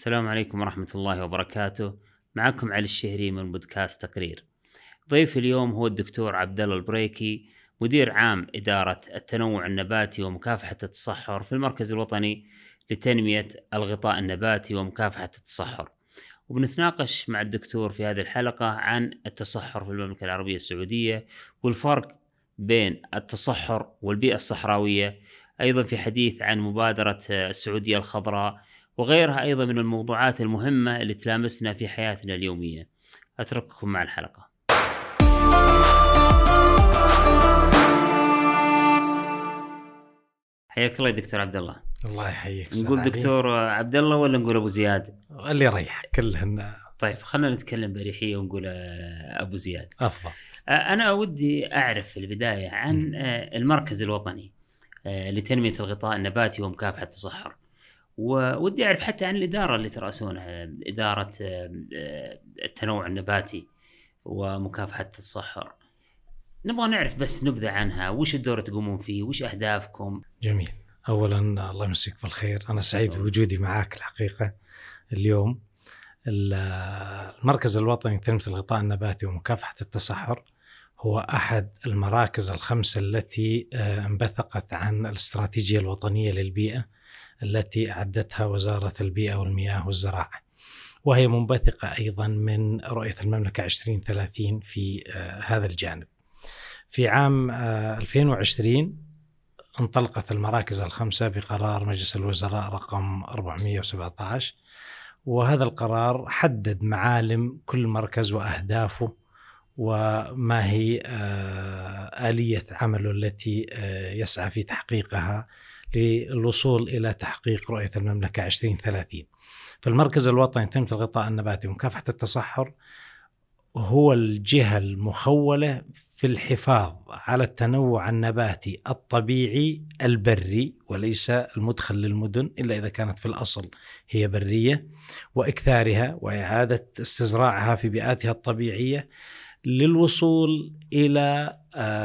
السلام عليكم ورحمة الله وبركاته. معكم علي الشهري من بودكاست تقرير. ضيف اليوم هو الدكتور عبد الله البريكي، مدير عام إدارة التنوع النباتي ومكافحة التصحر في المركز الوطني لتنمية الغطاء النباتي ومكافحة التصحر. وبنتناقش مع الدكتور في هذه الحلقة عن التصحر في المملكة العربية السعودية والفرق بين التصحر والبيئة الصحراوية، أيضا في حديث عن مبادرة السعودية الخضراء وغيرها أيضا من الموضوعات المهمة اللي تلامسنا في حياتنا اليومية. أترككم مع الحلقة. حياك الله يا دكتور عبد الله. الله يحييك. نقول دكتور عبد الله ولا نقول أبو زياد؟ اللي يريح كلهن. طيب خلنا نتكلم بأريحية ونقول أبو زياد أفضل. أنا ودي أعرف في البداية عن المركز الوطني لتنمية الغطاء النباتي ومكافحة التصحر، وودي أعرف حتى عن الإدارة اللي ترأسونها، إدارة التنوع النباتي ومكافحة التصحر. نبغى نعرف بس نبذة عنها، وش الدور تقومون فيه، وش أهدافكم؟ جميل. أولا الله يمسيك بالخير، أنا سعيد بوجودي معاك الحقيقة اليوم. المركز الوطني لتنمية الغطاء النباتي ومكافحة التصحر هو أحد المراكز الخمسة التي انبثقت عن الاستراتيجية الوطنية للبيئة التي أعدتها وزارة البيئة والمياه والزراعة، وهي منبثقة أيضا من رؤية المملكة 2030 في هذا الجانب. في عام 2020 انطلقت المراكز الخمسة بقرار مجلس الوزراء رقم 417، وهذا القرار حدد معالم كل مركز وأهدافه وما هي آلية عمله التي يسعى في تحقيقها للوصول إلى تحقيق رؤية المملكة 2030. فالمركز الوطني لتنمية الغطاء النباتي ومكافحة التصحر هو الجهة المخولة في الحفاظ على التنوع النباتي الطبيعي البري، وليس المدخل للمدن إلا إذا كانت في الأصل هي برية، وإكثارها وإعادة استزراعها في بيئاتها الطبيعية للوصول إلى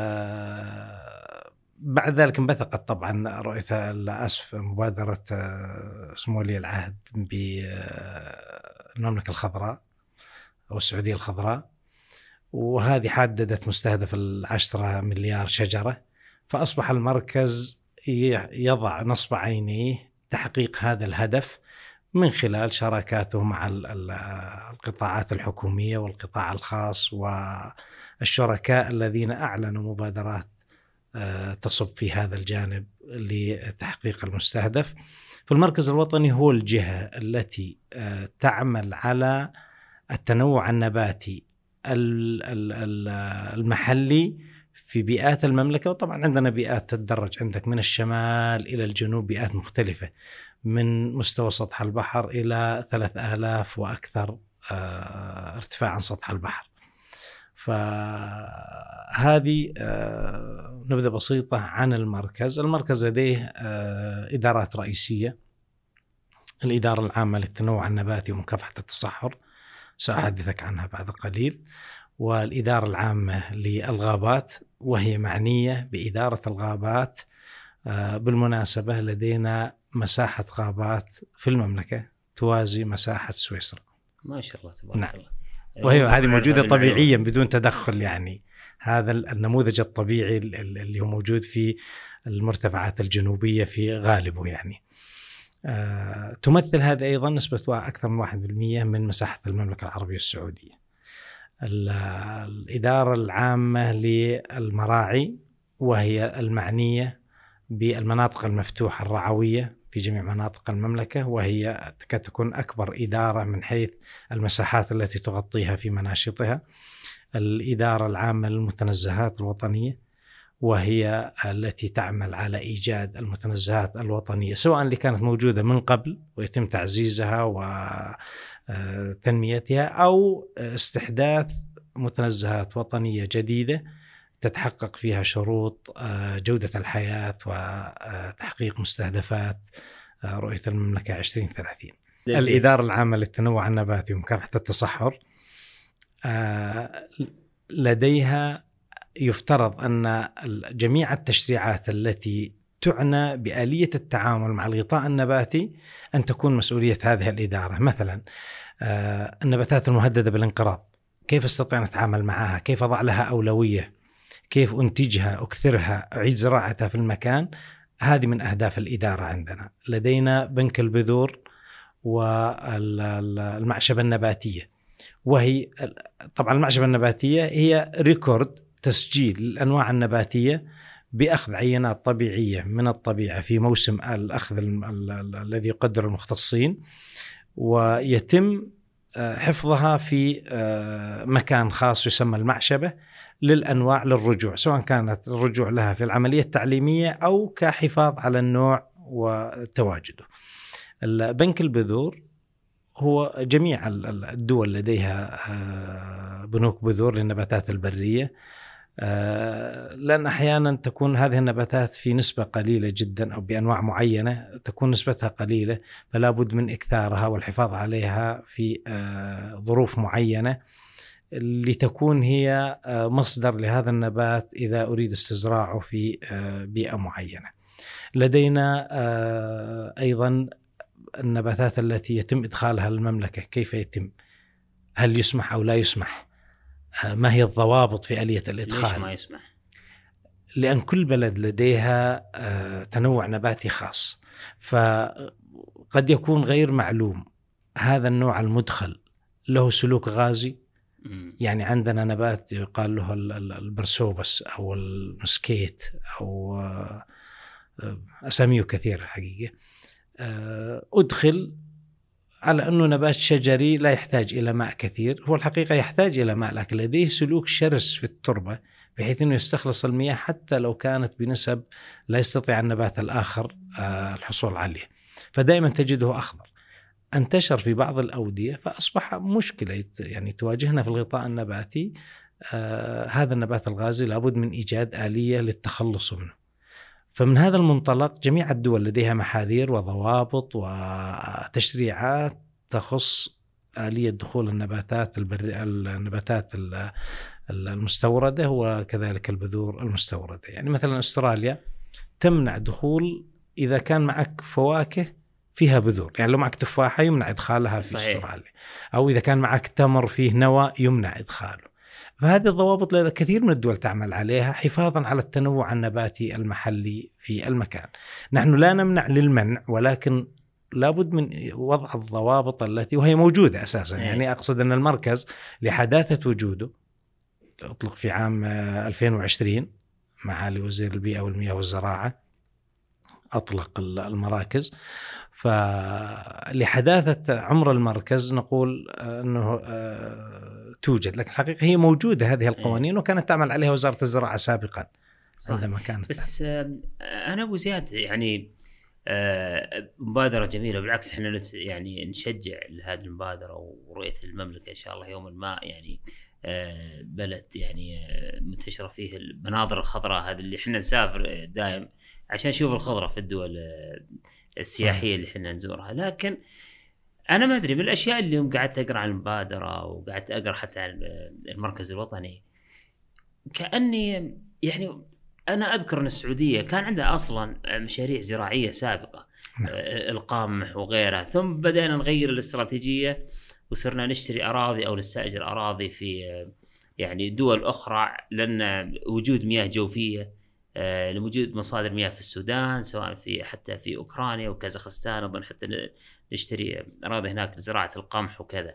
بعد ذلك انبثقت طبعا رؤية مبادرة سمو ولي العهد بالمملكة الخضراء أو السعودية الخضراء، وهذه حددت مستهدف 10 مليار شجرة. فأصبح المركز يضع نصب عينيه تحقيق هذا الهدف من خلال شراكاته مع القطاعات الحكومية والقطاع الخاص والشركاء الذين أعلنوا مبادرات تصب في هذا الجانب لتحقيق المستهدف. فالمركز الوطني هو الجهة التي تعمل على التنوع النباتي المحلي في بيئات المملكة، وطبعا عندنا بيئات تتدرج عندك من الشمال إلى الجنوب، بيئات مختلفة من مستوى سطح البحر إلى 3000 وأكثر ارتفاع عن سطح البحر. فهذه نبذة بسيطة عن المركز. المركز لديه إدارات رئيسية: الإدارة العامة للتنوع النباتي ومكافحة التصحر، سأحدثك عنها بعد قليل، والإدارة العامة للغابات وهي معنية بإدارة الغابات. بالمناسبة لدينا مساحة غابات في المملكة توازي مساحة سويسرا، ما شاء الله تبارك الله. وهي هذه موجودة طبيعيا بدون تدخل، يعني هذا النموذج الطبيعي اللي هو موجود في المرتفعات الجنوبية في غالبه. يعني تمثل هذا أيضا نسبة أكثر من 1% من مساحة المملكة العربية السعودية. الإدارة العامة للمراعي وهي المعنية بالمناطق المفتوحة الرعوية في جميع مناطق المملكة، وهي تكاد تكون أكبر إدارة من حيث المساحات التي تغطيها في مناشطها. الإدارة العامة للمتنزهات الوطنية وهي التي تعمل على إيجاد المتنزهات الوطنية، سواء اللي كانت موجودة من قبل ويتم تعزيزها وتنميتها، أو استحداث متنزهات وطنية جديدة تتحقق فيها شروط جودة الحياة وتحقيق مستهدفات رؤية المملكة 2030. الإدارة العامة للتنوع النباتي ومكافحة التصحر لديها يفترض أن جميع التشريعات التي تعنى بآلية التعامل مع الغطاء النباتي أن تكون مسؤولية هذه الإدارة. مثلا النباتات المهددة بالانقراض، كيف استطيع أن أتعامل معها؟ كيف أضع لها أولوية؟ كيف أنتجها، أكثرها، أعيد زراعتها في المكان؟ هذه من أهداف الإدارة عندنا. لدينا بنك البذور والمعشبة النباتية، وهي طبعا المعشبة النباتية هي ريكورد تسجيل الأنواع النباتية بأخذ عينات طبيعية من الطبيعة في موسم الأخذ الذي يقدر المختصين، ويتم حفظها في مكان خاص يسمى المعشبة للأنواع للرجوع، سواء كانت الرجوع لها في العملية التعليمية أو كحفاظ على النوع وتواجده. بنك البذور هو جميع الدول لديها بنوك بذور للنباتات البرية، لأن أحيانا تكون هذه النباتات في نسبة قليلة جدا أو بأنواع معينة تكون نسبتها قليلة، فلا بد من إكثارها والحفاظ عليها في ظروف معينة لتكون هي مصدر لهذا النبات إذا أريد استزراعه في بيئة معينة. لدينا أيضا النباتات التي يتم إدخالها للمملكة، كيف يتم؟ هل يسمح أو لا يسمح؟ ما هي الضوابط في آلية الإدخال؟ ليش ما يسمح؟ لأن كل بلد لديها تنوع نباتي خاص، فقد يكون غير معلوم هذا النوع المدخل له سلوك غازي. يعني عندنا نبات يقال له البرسوبس أو المسكيت أو أساميه كثيرة حقيقة، أدخل على أنه نبات شجري لا يحتاج إلى ماء كثير، هو الحقيقة يحتاج إلى ماء، لكن لديه سلوك شرس في التربة بحيث أنه يستخلص المياه حتى لو كانت بنسب لا يستطيع النبات الآخر الحصول عليه، فدائما تجده أخضر. انتشر في بعض الأودية فأصبح مشكلة يعني تواجهنا في الغطاء النباتي. هذا النبات الغازي لابد من إيجاد آلية للتخلص منه. فمن هذا المنطلق جميع الدول لديها محاذير وضوابط وتشريعات تخص آلية دخول النباتات النباتات المستوردة وكذلك البذور المستوردة. يعني مثلا أستراليا تمنع دخول إذا كان معك فواكه فيها بذور، يعني لو معك تفاحة يمنع إدخالها في أستراليا، أو إذا كان معك تمر فيه نوى يمنع إدخاله. فهذه الضوابط كثير من الدول تعمل عليها حفاظا على التنوع النباتي المحلي في المكان. نحن لا نمنع للمنع، ولكن لابد من وضع الضوابط التي وهي موجودة أساسا. يعني أقصد أن المركز لحداثة وجوده أطلق في عام 2020 معالي وزير البيئة والمياه والزراعة أطلق المراكز، فلحداثة عمر المركز نقول أنه توجد، لكن الحقيقة هي موجودة هذه القوانين وكانت تعمل عليها وزارة الزراعة سابقا عندما كانت. بس أنا أبو زياد يعني مبادرة جميلة، بالعكس إحنا يعني نشجع هذه المبادرة ورؤية المملكة إن شاء الله يوما ما يعني بلد يعني منتشرة فيه المناظر الخضراء هذه اللي إحنا نسافر دائم عشان نشوف الخضرة في الدول السياحية اللي إحنا نزورها. لكن أنا ما أدري، من الأشياء اللي يوم قعدت أقرأ عن المبادرة وقعدت أقرأ حتى عن المركز الوطني، كأني يعني أنا أذكر أن السعودية كان عندها أصلا مشاريع زراعية سابقة، القمح وغيرها، ثم بدأنا نغير الاستراتيجية وصرنا نشتري أراضي أو نستأجر أراضي في يعني دول أخرى، لأن وجود مياه جوفية، لوجود مصادر مياه في السودان، سواء في حتى في أوكرانيا وكازاخستان، أظن حتى نشتري أراضي هناك لزراعة القمح وكذا.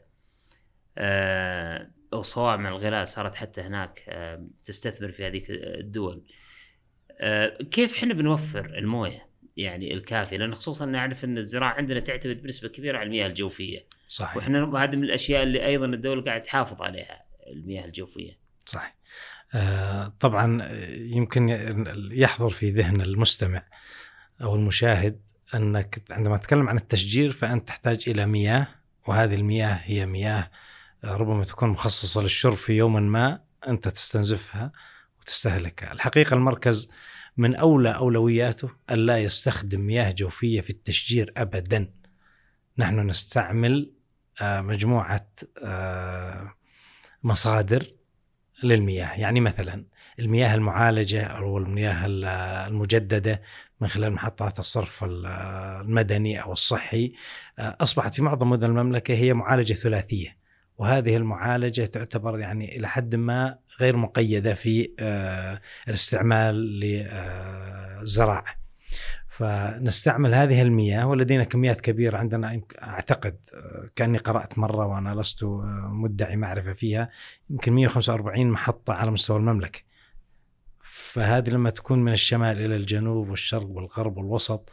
وصوامع الغلال صارت حتى هناك تستثمر في هذه الدول. كيف إحنا بنوفر المويه يعني الكافية؟ لأن خصوصا نعرف أن الزراعة عندنا تعتمد بنسبة كبيرة على المياه الجوفية. صحيح. وإحنا هذه من الأشياء اللي أيضا الدولة قاعد تحافظ عليها، المياه الجوفية. صحيح. طبعا يمكن يحضر في ذهن المستمع أو المشاهد أنك عندما تتكلم عن التشجير فأنت تحتاج إلى مياه، وهذه المياه هي مياه ربما تكون مخصصة للشرب في يوم ما أنت تستنزفها وتستهلكها. الحقيقة المركز من أولوياته ألا يستخدم مياه جوفية في التشجير أبدا. نحن نستعمل مجموعة مصادر للمياه. يعني مثلا المياه المعالجة أو المياه المجددة من خلال محطات الصرف المدني أو الصحي أصبحت في معظم مدن المملكة هي معالجة ثلاثية، وهذه المعالجة تعتبر يعني إلى حد ما غير مقيدة في الاستعمال للزراعة. فنستعمل هذه المياه، ولدينا كميات كبيرة. عندنا أعتقد كأني قرأت مرة وأنا لست مدعي معرفة فيها، يمكن 145 محطة على مستوى المملكة. فهذه لما تكون من الشمال إلى الجنوب والشرق والغرب والوسط،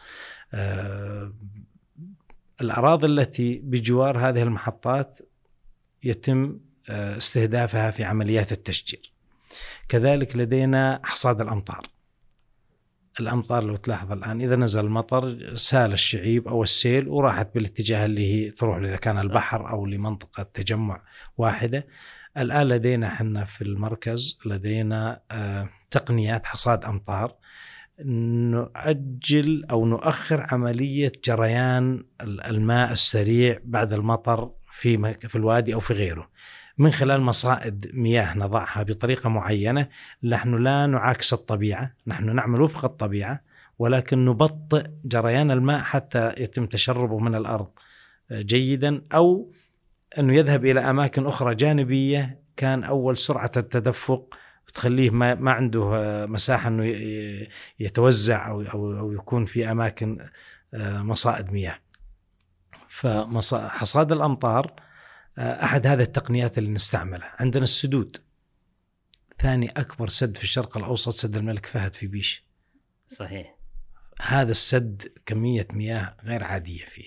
الأراضي التي بجوار هذه المحطات يتم استهدافها في عمليات التشجير. كذلك لدينا حصاد الأمطار. الأمطار لو تلاحظ الآن إذا نزل المطر سال الشعيب أو السيل وراحت بالاتجاه اللي هي تروح، إذا كان البحر أو لمنطقة تجمع واحدة. الآن لدينا حنا في المركز لدينا تقنيات حصاد أمطار، نؤجل أو نؤخر عملية جريان الماء السريع بعد المطر في الوادي أو في غيره، من خلال مصائد مياه نضعها بطريقة معينة. نحن لا نعاكس الطبيعة، نحن نعمل وفق الطبيعة، ولكن نبطئ جريان الماء حتى يتم تشربه من الأرض جيدا، أو أنه يذهب إلى أماكن أخرى جانبية كان أول سرعة التدفق تخليه ما عنده مساحة أنه يتوزع أو يكون في أماكن مصائد مياه. فحصاد الأمطار أحد هذه التقنيات اللي نستعملها. عندنا السدود، ثاني أكبر سد في الشرق الأوسط سد الملك فهد في بيش. صحيح. هذا السد كمية مياه غير عادية فيه.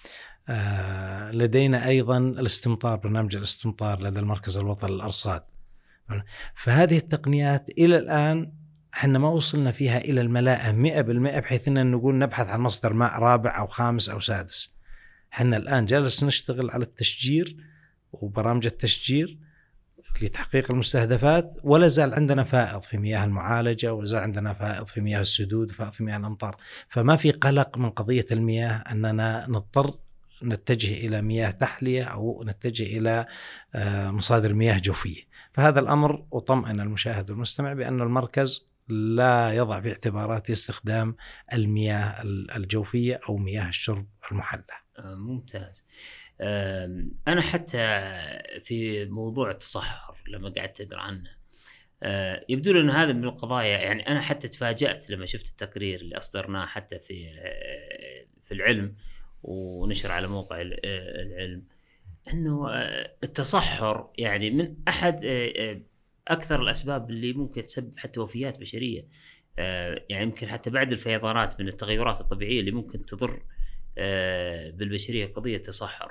لدينا أيضا الاستمطار، برنامج الاستمطار لدى المركز الوطني للأرصاد. فهذه التقنيات إلى الآن حنا ما وصلنا فيها إلى الملاءة 100%، بحيث أن نقول نبحث عن مصدر ماء رابع أو خامس أو سادس. حنا الآن جالس نشتغل على التشجير وبرامج التشجير لتحقيق المستهدفات، ولا زال عندنا فائض في مياه المعالجة، ولا زال عندنا فائض في مياه السدود، وفائض في مياه الأمطار. فما في قلق من قضية المياه أننا نضطر نتجه إلى مياه تحلية أو نتجه إلى مصادر مياه جوفية. فهذا الأمر أطمئن المشاهد والمستمع بأن المركز لا يضع في اعتباراته استخدام المياه الجوفية أو مياه الشرب المحلى. ممتاز. أنا حتى في موضوع التصحر لما قعدت أقرأ عنه يبدو لي أن هذا من القضايا. يعني أنا حتى تفاجأت لما شفت التقرير اللي أصدرناه حتى في العلم ونشر على موقع العلم، أنه التصحر يعني من أحد أكثر الأسباب اللي ممكن تسبب حتى وفيات بشرية. يعني يمكن حتى بعد الفيضانات من التغيرات الطبيعية اللي ممكن تضر بالبشرية قضية التصحر.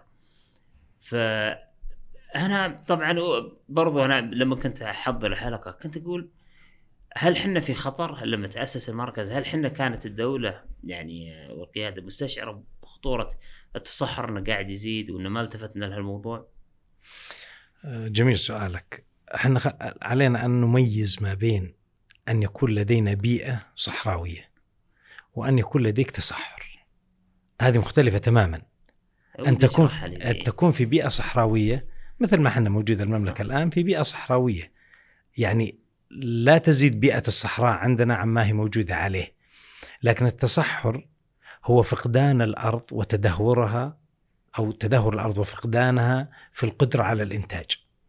فأنا طبعا برضو أنا لما كنت أحضر الحلقة كنت أقول هل حنا في خطر؟ لما تأسس المركز هل حنا كانت الدولة يعني والقيادة مستشعرة بخطورة التصحر أنه قاعد يزيد وأنه ما التفتنا لهالموضوع؟ جميل سؤالك. احنا علينا أن نميز ما بين أن يكون لدينا بيئة صحراوية وأن يكون لديك تصحر. هذه مختلفة تماما. أن تكون في بيئة صحراوية مثل ما احنا موجودة المملكة الآن في بيئة صحراوية، يعني لا تزيد بيئة الصحراء عندنا عما هي موجودة عليه. لكن التصحر هو فقدان الأرض وتدهورها، أو تدهور الأرض وفقدانها في القدرة على الإنتاج.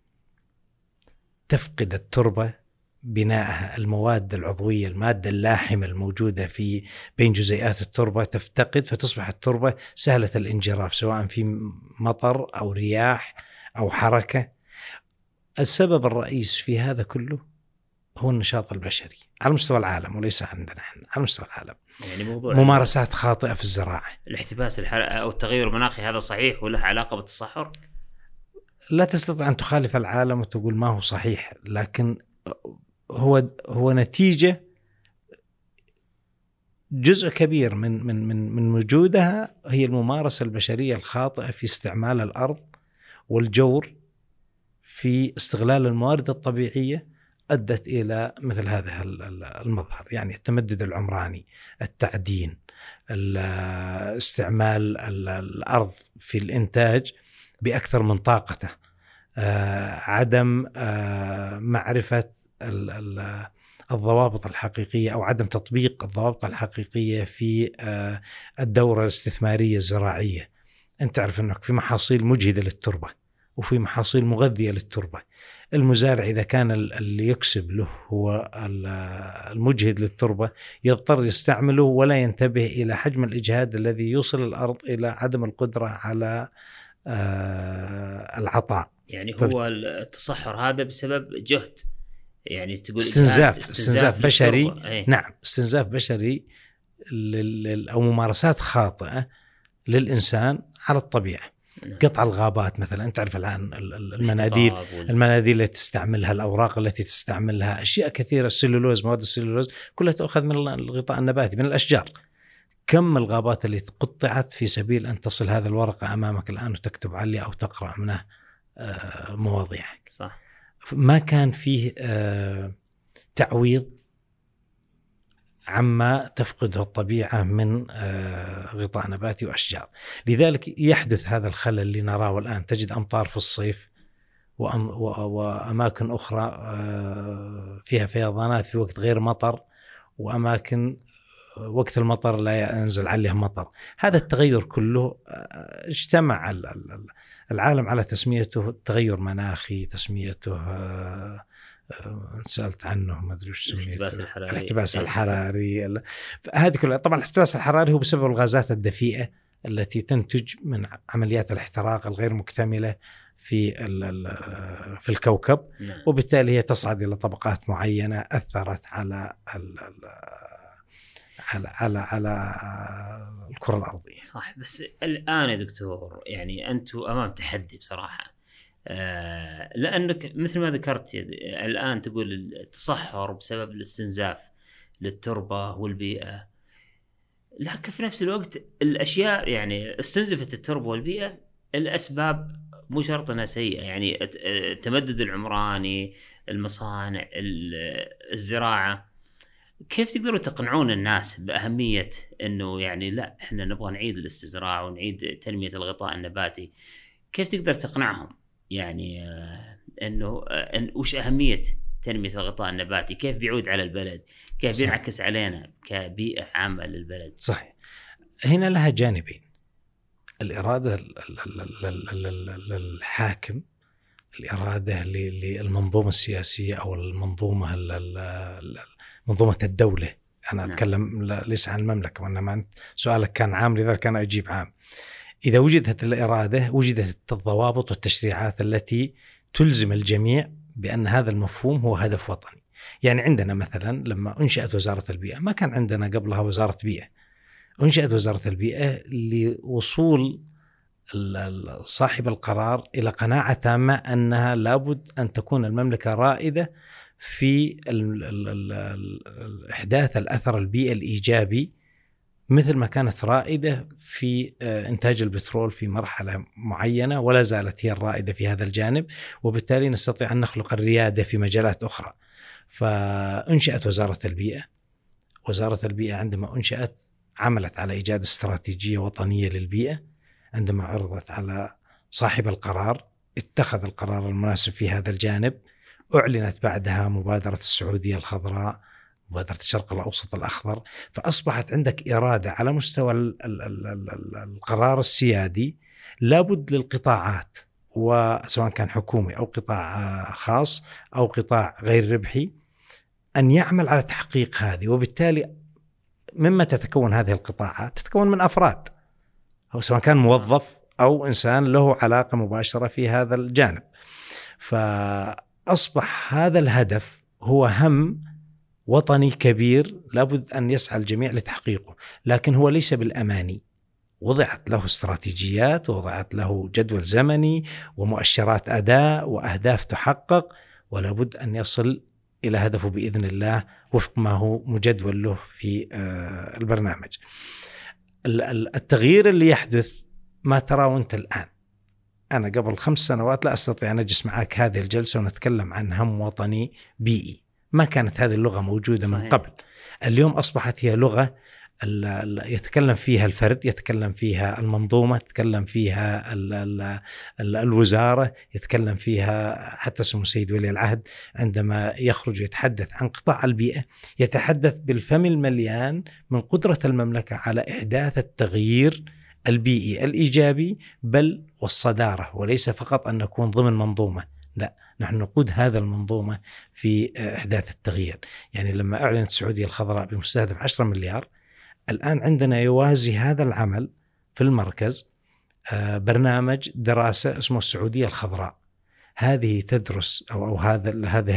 تفقد التربة بناءها، المواد العضوية، المادة اللاحمة الموجودة في بين جزيئات التربة تفتقد، فتصبح التربة سهلة الانجراف سواء في مطر أو رياح أو حركة. السبب الرئيس في هذا كله هو النشاط البشري على مستوى العالم وليس عندنا احنا، على مستوى العالم. يعني موضوع ممارسات خاطئة في الزراعة، الاحتباس أو التغير المناخي، هذا صحيح وله علاقة بالتصحر؟ لا تستطيع أن تخالف العالم وتقول ما هو صحيح، لكن هو نتيجة جزء كبير من وجودها هي الممارسة البشرية الخاطئة في استعمال الأرض والجور في استغلال الموارد الطبيعية، أدت إلى مثل هذا المظهر. يعني التمدد العمراني، التعدين، استعمال الأرض في الإنتاج بأكثر من طاقته، عدم معرفة الضوابط الحقيقية أو عدم تطبيق الضوابط الحقيقية في الدورة الاستثمارية الزراعية. أنت تعرف أنك في محاصيل مجهدة للتربة وفي محاصيل مغذية للتربة. المزارع إذا كان اللي يكسب له هو المجهد للتربة يضطر يستعمله ولا ينتبه إلى حجم الإجهاد الذي يوصل الأرض إلى عدم القدرة على العطاء. يعني هو التصحر هذا بسبب جهد، يعني تقول استنزاف بشري. نعم، استنزاف بشري أو ممارسات خاطئة للإنسان على الطبيعة. قطع الغابات مثلا، أنت تعرف الآن المناديل التي تستعملها، الأوراق التي تستعملها، أشياء كثيرة، السلولوز، مواد السلولوز كلها تأخذ من الغطاء النباتي من الأشجار. كم الغابات اللي قطعت في سبيل أن تصل هذا الورقة أمامك الآن وتكتب عليه أو تقرأ منه مواضيعك. صح. ما كان فيه تعويض عما تفقده الطبيعة من غطاء نباتي وأشجار. لذلك يحدث هذا الخلل اللي نراه الآن. تجد أمطار في الصيف وأماكن أخرى فيها فيضانات في وقت غير مطر، وأماكن وقت المطر لا ينزل عليه مطر. هذا التغير كله اجتمع العالم على تسميته تغير مناخي، تسميته سألت عنه ما أدري وش سميته، الاحتباس الحراري. هذه كلها طبعا الاحتباس الحراري هو بسبب الغازات الدفيئة التي تنتج من عمليات الاحتراق الغير مكتملة في الكوكب، وبالتالي هي تصعد إلى طبقات معينة أثرت على الكرة الأرضية. صح. بس الآن يا دكتور يعني أنتم أمام تحدي بصراحة، لأنك مثل ما ذكرت الآن تقول التصحر بسبب الاستنزاف للتربة والبيئة، لكن في نفس الوقت الأشياء يعني استنزفت التربة والبيئة، الأسباب مو شرط أنها سيئة، يعني التمدد العمراني، المصانع، الزراعة. كيف تقدروا تقنعون الناس بأهمية أنه يعني لا إحنا نبغى نعيد الاستزراع ونعيد تنمية الغطاء النباتي؟ كيف تقدر تقنعهم يعني أنه وش أهمية تنمية الغطاء النباتي؟ كيف بيعود على البلد؟ كيف بينعكس علينا كبيئة عامة للبلد؟ صحيح. هنا لها جانبين. الإرادة للحاكم، الإرادة للمنظومة السياسية أو المنظومة منظومة الدولة. أنا أتكلم ليس عن المملكة، وإنما سؤالك كان عام لذلك أنا أجيب عام. إذا وجدت الإرادة وجدت الضوابط والتشريعات التي تلزم الجميع بأن هذا المفهوم هو هدف وطني. يعني عندنا مثلا لما أنشأت وزارة البيئة ما كان عندنا قبلها وزارة بيئة. أنشأت وزارة البيئة لوصول صاحب القرار إلى قناعة تامة أنها لابد أن تكون المملكة رائدة في إحداث الأثر البيئي الإيجابي، مثل ما كانت رائدة في إنتاج البترول في مرحلة معينة ولا زالت هي الرائدة في هذا الجانب، وبالتالي نستطيع أن نخلق الريادة في مجالات أخرى. فأنشأت وزارة البيئة. وزارة البيئة عندما أنشأت عملت على إيجاد استراتيجية وطنية للبيئة. عندما عرضت على صاحب القرار اتخذ القرار المناسب في هذا الجانب. أعلنت بعدها مبادرة السعودية الخضراء، مبادرة الشرق الأوسط الأخضر. فأصبحت عندك إرادة على مستوى القرار السيادي. لابد للقطاعات، وسواء كان حكومي أو قطاع خاص أو قطاع غير ربحي، أن يعمل على تحقيق هذه. وبالتالي مما تتكون هذه القطاعات تتكون من أفراد، أو سواء كان موظف أو إنسان له علاقة مباشرة في هذا الجانب. فأصبح هذا الهدف هو هم وطني كبير لابد أن يسعى الجميع لتحقيقه، لكن هو ليس بالأماني. وضعت له استراتيجيات، ووضعت له جدول زمني ومؤشرات أداء وأهداف تحقق، ولابد أن يصل إلى هدفه بإذن الله وفق ما هو مجدول له في البرنامج. التغيير اللي يحدث ما تراه أنت الآن. أنا قبل 5 سنوات لا أستطيع أن أجلس معك هذه الجلسة ونتكلم عن هم وطني بيئي. ما كانت هذه اللغة موجودة. صحيح. من قبل. اليوم أصبحت هي لغة يتكلم فيها الفرد، يتكلم فيها المنظومة، يتكلم فيها الوزارة، يتكلم فيها حتى سمو السيد ولي العهد عندما يخرج يتحدث عن قطاع البيئة يتحدث بالفم المليان من قدرة المملكة على إحداث التغيير البيئي الإيجابي بل والصدارة، وليس فقط أن نكون ضمن منظومة، لا، نحن نقود هذا المنظومة في إحداث التغيير. يعني لما أعلنت السعودية الخضراء بمستهدف 10 مليار، الآن عندنا يوازي هذا العمل في المركز برنامج دراسة اسمه السعودية الخضراء. هذه تدرس أو هذا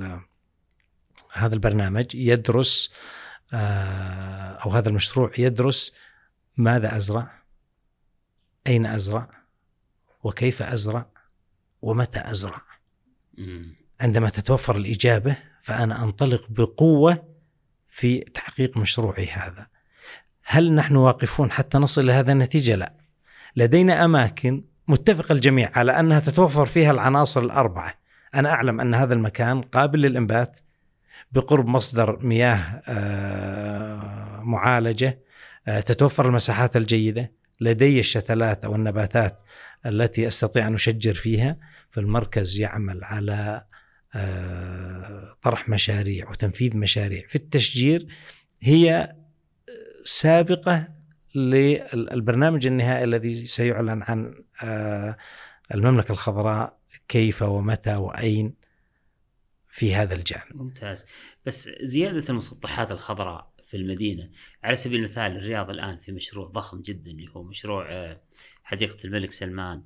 البرنامج يدرس أو هذا المشروع يدرس ماذا أزرع، أين أزرع، وكيف أزرع، ومتى أزرع. عندما تتوفر الإجابة فأنا أنطلق بقوة في تحقيق مشروعي هذا. هل نحن واقفون حتى نصل لهذا النتيجة؟ لا، لدينا أماكن متفق الجميع على أنها تتوفر فيها العناصر الأربعة. أنا أعلم أن هذا المكان قابل للإنبات بقرب مصدر مياه معالجة، تتوفر المساحات الجيدة، لدي الشتلات أو النباتات التي أستطيع أن أشجر فيها. فالمركز يعمل على طرح مشاريع وتنفيذ مشاريع في التشجير هي سابقة للبرنامج النهائي الذي سيعلن عن المملكة الخضراء كيف ومتى وأين في هذا الجانب. ممتاز. بس زيادة المسطحات الخضراء في المدينة، على سبيل المثال الرياض الآن في مشروع ضخم جدا اللي هو مشروع حديقة الملك سلمان،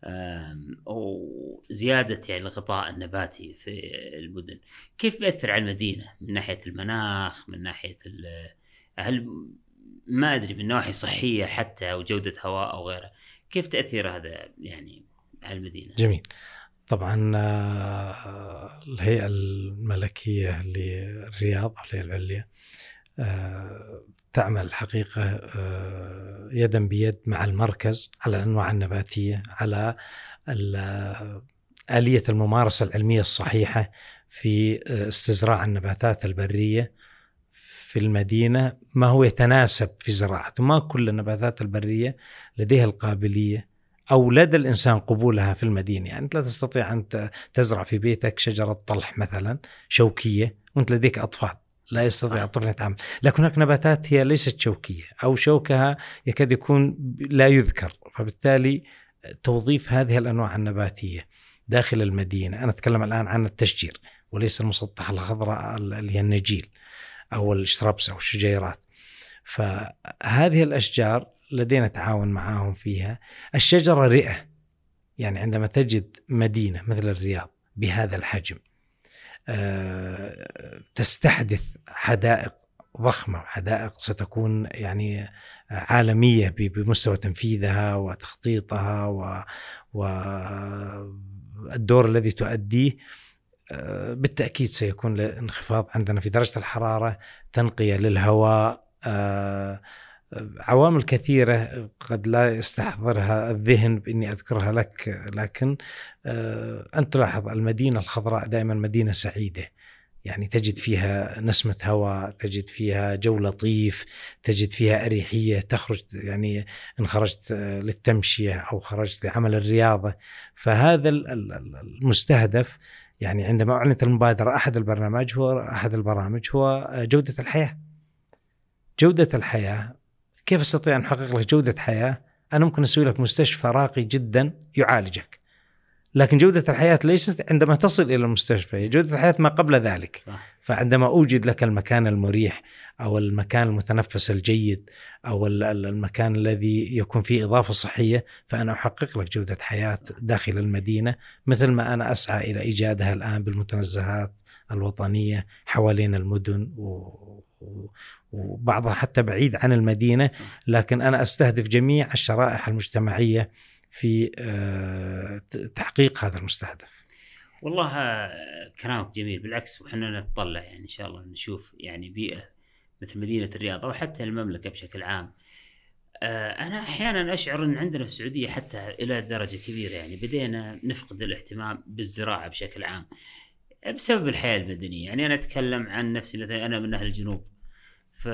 أو زيادة يعني الغطاء النباتي في المدن، كيف بيأثر على المدينة من ناحية المناخ، من ناحية هل ما أدري من ناحية صحية حتى وجودة هواء أو غيره، كيف تأثير هذا يعني على المدينة؟ جميل. طبعا الهيئة الملكية للرياض الهيئة العليا تعمل حقيقة يدا بيد مع المركز على الأنواع النباتية، على آلية الممارسة العلمية الصحيحة في استزراع النباتات البرية في المدينة، ما هو يتناسب في زراعته. ما كل النباتات البرية لديها القابلية أو لدى الإنسان قبولها في المدينة. يعني أنت لا تستطيع أن تزرع في بيتك شجرة طلح مثلا شوكية وأنت لديك أطفال، لا يستطيع الطفل أن يتعامل. لكن هناك نباتات هي ليست شوكية أو شوكها يكاد يكون لا يذكر، فبالتالي توظيف هذه الأنواع النباتية داخل المدينة. أنا أتكلم الآن عن التشجير وليس المسطح الخضراء اللي هي النجيل أو الشربس أو الشجيرات. فهذه الأشجار لدينا تعاون معهم فيها. الشجرة رئة، يعني عندما تجد مدينة مثل الرياض بهذا الحجم تستحدث حدائق ضخمة، حدائق ستكون يعني عالمية بمستوى تنفيذها وتخطيطها والدور الذي تؤديه، بالتأكيد سيكون لانخفاض عندنا في درجة الحرارة، تنقية للهواء، عوامل كثيرة قد لا يستحضرها الذهن بإني أذكرها لك. لكن أنت تلاحظ المدينة الخضراء دائما مدينة سعيدة، يعني تجد فيها نسمة هواء، تجد فيها جو لطيف، تجد فيها أريحية. تخرج يعني إن خرجت للتمشية أو خرجت لعمل الرياضة. فهذا المستهدف، يعني عندما أعلنت المبادرة أحد البرامج هو جودة الحياة. جودة الحياة، كيف استطيع أن أحقق لك جودة حياة؟ أنا ممكن أسوي لك مستشفى راقي جدا يعالجك، لكن جودة الحياة ليست عندما تصل إلى المستشفى، جودة الحياة ما قبل ذلك. صح. فعندما أوجد لك المكان المريح أو المكان المتنفس الجيد أو المكان الذي يكون فيه إضافة صحية، فأنا أحقق لك جودة حياة داخل المدينة، مثل ما أنا أسعى إلى إيجادها الآن بالمتنزهات الوطنية حوالين المدن وبعضها حتى بعيد عن المدينة. لكن أنا أستهدف جميع الشرائح المجتمعية في تحقيق هذا المستهدف. والله كلامك جميل، بالعكس وحنا نتطلع يعني إن شاء الله نشوف يعني بيئة مثل مدينة الرياض أو حتى المملكة بشكل عام. أنا أحيانا أشعر أن عندنا في السعودية حتى إلى درجة كبيرة يعني بدينا نفقد الاهتمام بالزراعة بشكل عام بسبب الحياة المدنية. يعني أنا أتكلم عن نفسي مثلا، أنا من أهل الجنوب،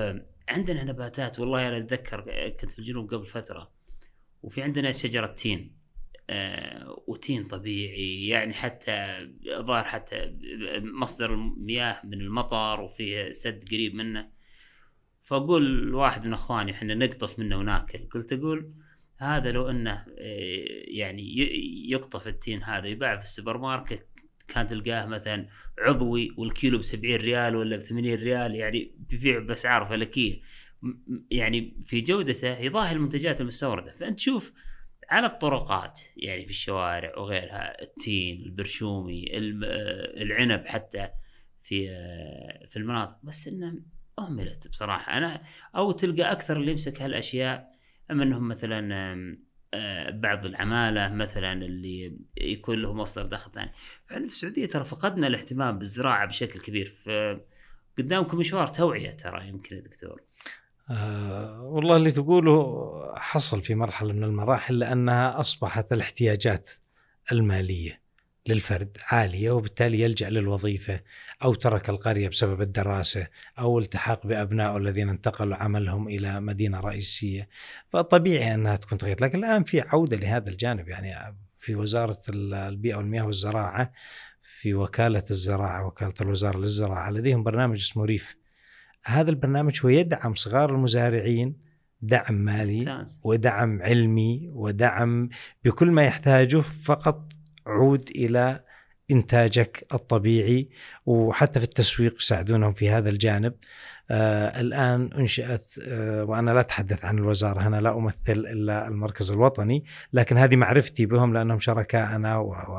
عندنا نباتات، والله أنا أتذكر كنت في الجنوب قبل فترة، وفي عندنا شجرة تين، وتين طبيعي يعني، حتى ظاهر حتى مصدر المياه من المطر وفيه سد قريب منه. فأقول واحد من أخواني إحنا نقطف منه وناكل، أقول هذا لو أنه يعني يقطف التين هذا يباع في السوبر ماركت، كان تلقاه مثلا عضوي والكيلو ب70 ريال ولا ب80 ريال، يعني بيبيع بأسعار فلكية، يعني في جودته يضاهي المنتجات المستوردة. فأنت شوف على الطرقات يعني في الشوارع وغيرها، التين، البرشومي، العنب، حتى في المناطق، بس إنه أهملت بصراحة. أنا أو تلقى أكثر اللي يمسك هالأشياء أما أنهم مثلا بعض العمالة مثلا اللي يكون له مصدر دخل ثاني. فإحنا في السعودية ترى فقدنا الاهتمام بالزراعة بشكل كبير. فقدامكم مشوار توعية ترى يمكن يا دكتور. والله اللي تقوله حصل في مرحلة من المراحل، لأنها أصبحت الاحتياجات المالية للفرد عالية، وبالتالي يلجأ للوظيفة أو ترك القرية بسبب الدراسة أو التحاق بأبنائه الذين انتقلوا عملهم إلى مدينة رئيسية، فطبيعي أنها تكون تغير. لكن الآن في عودة لهذا الجانب، يعني في وزارة البيئة والمياه والزراعة، في وكالة الزراعة، وكالة الوزارة للزراعة، لديهم برنامج اسمه ريف. هذا البرنامج هو يدعم صغار المزارعين دعم مالي ودعم علمي ودعم بكل ما يحتاجه، فقط عود إلى إنتاجك الطبيعي، وحتى في التسويق يساعدونهم في هذا الجانب. الآن أنشأت، وأنا لا أتحدث عن الوزارة هنا، لا أمثل إلا المركز الوطني، لكن هذه معرفتي بهم لأنهم شركاءنا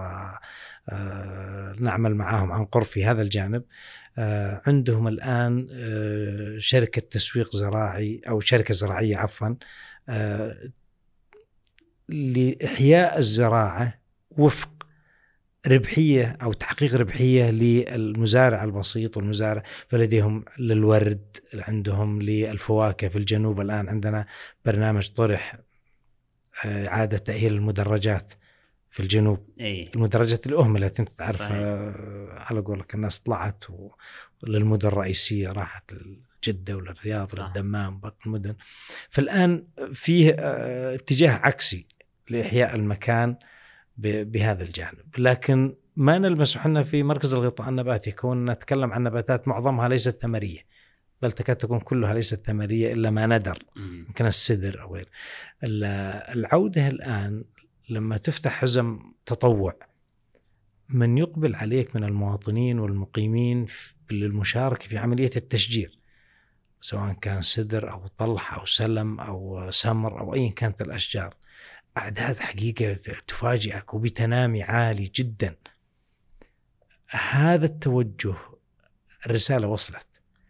ونعمل معهم عن قرب في هذا الجانب. عندهم الآن شركة تسويق زراعي أو شركة زراعية عفوا، لإحياء الزراعة وفق ربحية أو تحقيق ربحية للمزارع البسيط والمزارع. فلديهم للورد، عندهم للفواكه. في الجنوب الآن عندنا برنامج طرح إعادة تأهيل المدرجات في الجنوب. المدرجات الأهملة أنت تعرف، على قولك الناس طلعت للمدن الرئيسية، راحت جدة وللرياض وللدمام وباقي المدن. فالآن فيه اتجاه عكسي لإحياء المكان بهذا الجانب. لكن ما نلمسه حنا في مركز الغطاء النباتي، كون نتكلم عن نباتات معظمها ليست ثمرية، بل تكاد تكون كلها ليست ثمرية إلا ما ندر، يمكن السدر أو غير. العودة الآن لما تفتح حزم تطوع، من يقبل عليك من المواطنين والمقيمين للمشاركة في عملية التشجير، سواء كان سدر أو طلح أو سلم أو سمر أو أي كانت الأشجار، أعداد حقيقة تفاجئك وبتنامي عالي جدا. هذا التوجه، الرسالة وصلت،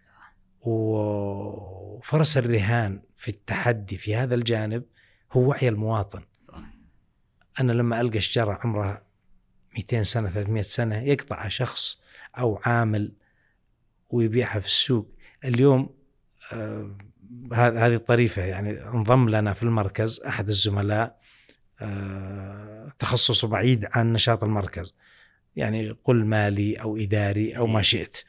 وفرس الرهان في التحدي في هذا الجانب هو وعي المواطن. أنا لما ألقى شجرة عمرها 200 سنة 300 سنة يقطعها شخص أو عامل ويبيعها في السوق اليوم، هذه الطريفة. يعني انضم لنا في المركز أحد الزملاء تخصصه بعيد عن نشاط المركز، يعني قل مالي أو إداري أو ما شئت،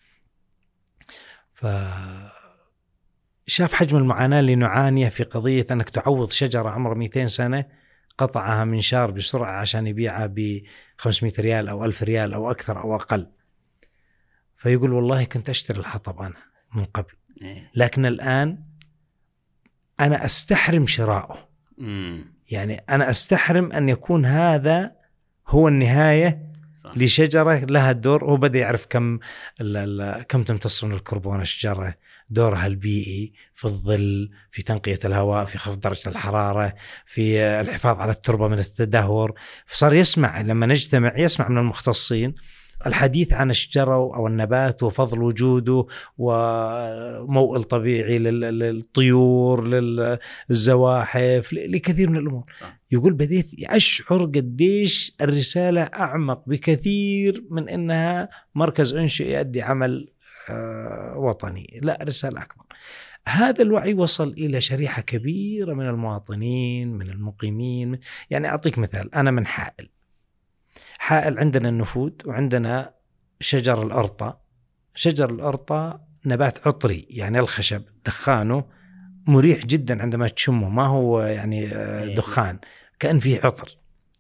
فشاف حجم المعاناة اللي نعانيه في قضية أنك تعوض شجرة عمرها 200 سنة قطعها منشار بسرعة عشان يبيعها ب500 ريال أو 1000 ريال أو أكثر أو أقل. فيقول والله كنت أشتري الحطب أنا من قبل، لكن الآن أنا أستحرم شراءه. يعني أنا أستحرم أن يكون هذا هو النهاية لشجرة لها دور. هو بدأ يعرف كم تمتص من الكربون الشجرة، دورها البيئي في الظل، في تنقية الهواء، في خفض درجة الحرارة، في الحفاظ على التربة من التدهور. فصار يسمع لما نجتمع يسمع من المختصين الحديث عن الشجرة أو النبات وفضل وجوده وموئل طبيعي للطيور، للزواحف، لكثير من الأمور. يقول بديت أشعر قديش الرسالة أعمق بكثير من أنها مركز أنشئ يؤدي عمل وطني، لا، رسالة أكبر. هذا الوعي وصل إلى شريحة كبيرة من المواطنين، من المقيمين. يعني أعطيك مثال، أنا من حائل عندنا النفود، وعندنا شجر الأرطة. شجر الأرطة نبات عطري، يعني الخشب دخانه مريح جدا عندما تشمه، ما هو يعني دخان، كأن فيه عطر.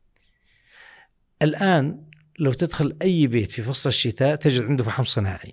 الآن لو تدخل أي بيت في فصل الشتاء تجد عنده فحم صناعي.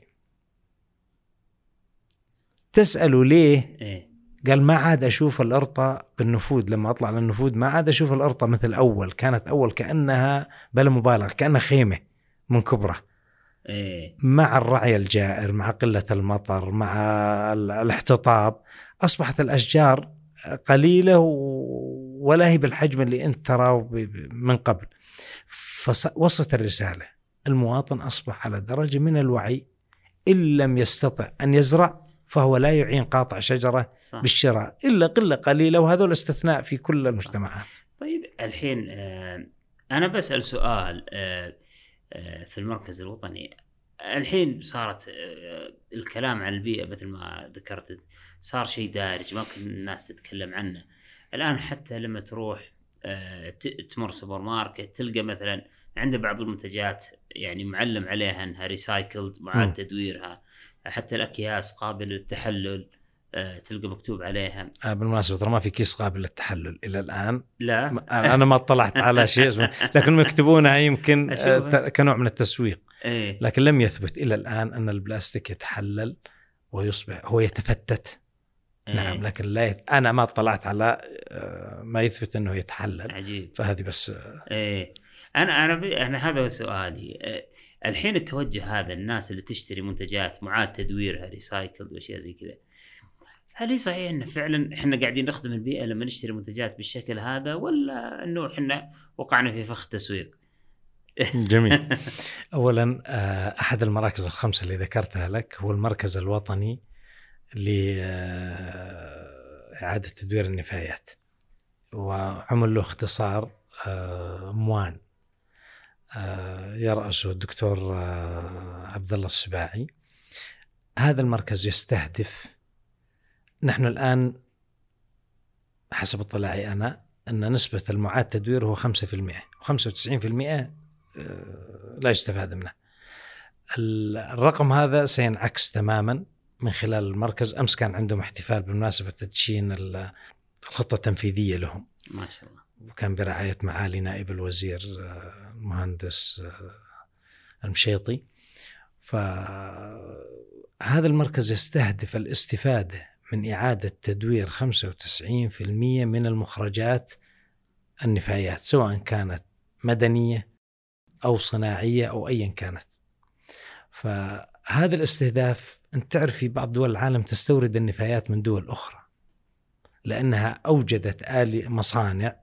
تسأله ليه؟ قال ما عاد أشوف الأرطة بالنفود، لما أطلع للنفود ما عاد أشوف الأرطة مثل أول، كانت أول كأنها بلا مبالغة كأنها خيمة من كبرة. مع الرعي الجائر، مع قلة المطر، مع الاحتطاب، أصبحت الأشجار قليلة ولا هي بالحجم اللي أنت تراه من قبل. فوصلت الرسالة، المواطن أصبح على درجة من الوعي، إن لم يستطع أن يزرع فهو لا يعين قاطع شجرة بالشراء إلا قلة قليلة، وهذول استثناء في كل المجتمعات. طيب الحين أنا بسأل سؤال في المركز الوطني. الحين صارت الكلام عن البيئة مثل ما ذكرت صار شيء دارج، ما كل الناس تتكلم عنه. الآن حتى لما تروح تمر سوبر ماركت تلقى مثلا عند بعض المنتجات يعني معلم عليها أنها ريسايكلد، معاد تدويرها. حتى الأكياس قابل للتحلل تلقى مكتوب عليها. بالمناسبة ترى ما في كيس قابل للتحلل إلى الآن. لا أنا ما اطلعت على شيء اسمه، لكن مكتبونها يمكن كنوع من التسويق. لكن لم يثبت إلى الآن أن البلاستيك يتحلل ويصبح هو يتفتت. نعم، لكن لا أنا ما اطلعت على ما يثبت أنه يتحلل. عجيب. فهذه بس أنا هذا سؤالي. الحين التوجه هذا، الناس اللي تشتري منتجات معاد تدويرها ريسايكل وأشياء زي كذا، هل هي صحيح إن فعلا إحنا قاعدين نخدم البيئة لما نشتري منتجات بالشكل هذا، ولا إنه إحنا وقعنا في فخ تسويق؟ جميل. أولا أحد المراكز الخمسة اللي ذكرتها لك هو المركز الوطني لإعادة تدوير النفايات، وعمل له اختصار موان، يرأسه الدكتور عبد الله السباعي. هذا المركز يستهدف، نحن الآن حسب اطلاعي أنا أن نسبة المعاد تدوير هو 5%، و95% لا يستفاد منه. الرقم هذا سينعكس تماما من خلال المركز. أمس كان عندهم احتفال بمناسبة تدشين الخطة التنفيذية لهم، ما شاء الله، وكان برعاية معالي نائب الوزير المهندس المشيطي. فهذا المركز يستهدف الاستفادة من إعادة تدوير 95% من المخرجات النفايات، سواء كانت مدنية أو صناعية أو أيا كانت. فهذا الاستهداف، أنت تعرف في بعض دول العالم تستورد النفايات من دول أخرى لأنها أوجدت مصانع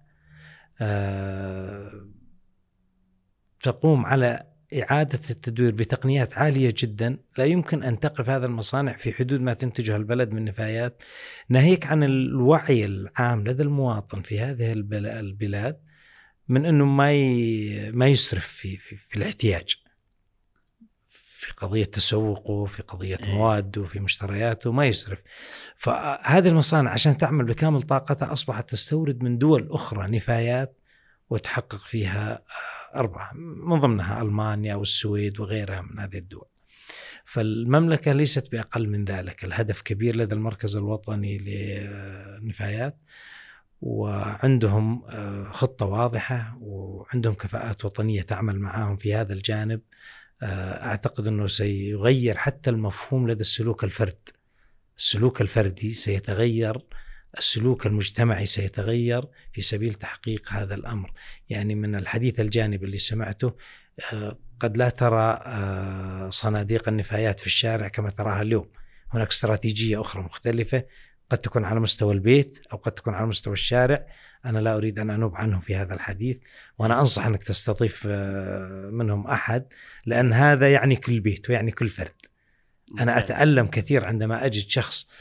تقوم على إعادة التدوير بتقنيات عالية جدا. لا يمكن أن تقف هذا المصانع في حدود ما تنتجه البلد من نفايات، ناهيك عن الوعي العام لدى المواطن في هذه البلاد من أنه ما يسرف في الاحتياج، في قضية تسوقه، في قضية مواده، في مشترياته، ما يسرف. فهذه المصانع عشان تعمل بكامل طاقتها أصبحت تستورد من دول أخرى نفايات وتحقق فيها أرباح، من ضمنها ألمانيا والسويد وغيرها من هذه الدول. فالمملكة ليست بأقل من ذلك. الهدف كبير لدى المركز الوطني للنفايات، وعندهم خطة واضحة، وعندهم كفاءات وطنية تعمل معهم في هذا الجانب. أعتقد أنه سيغير حتى المفهوم لدى السلوك الفردي سيتغير، السلوك المجتمعي سيتغير في سبيل تحقيق هذا الأمر. يعني من الحديث الجانبي اللي سمعته، قد لا ترى صناديق النفايات في الشارع كما تراها اليوم. هناك استراتيجية أخرى مختلفة، قد تكون على مستوى البيت أو قد تكون على مستوى الشارع. أنا لا أريد أن أنوب عنه في هذا الحديث، وأنا أنصح أنك تستضيف منهم أحد، لأن هذا يعني كل بيت ويعني كل فرد. أنا أتألم كثير عندما أجد شخص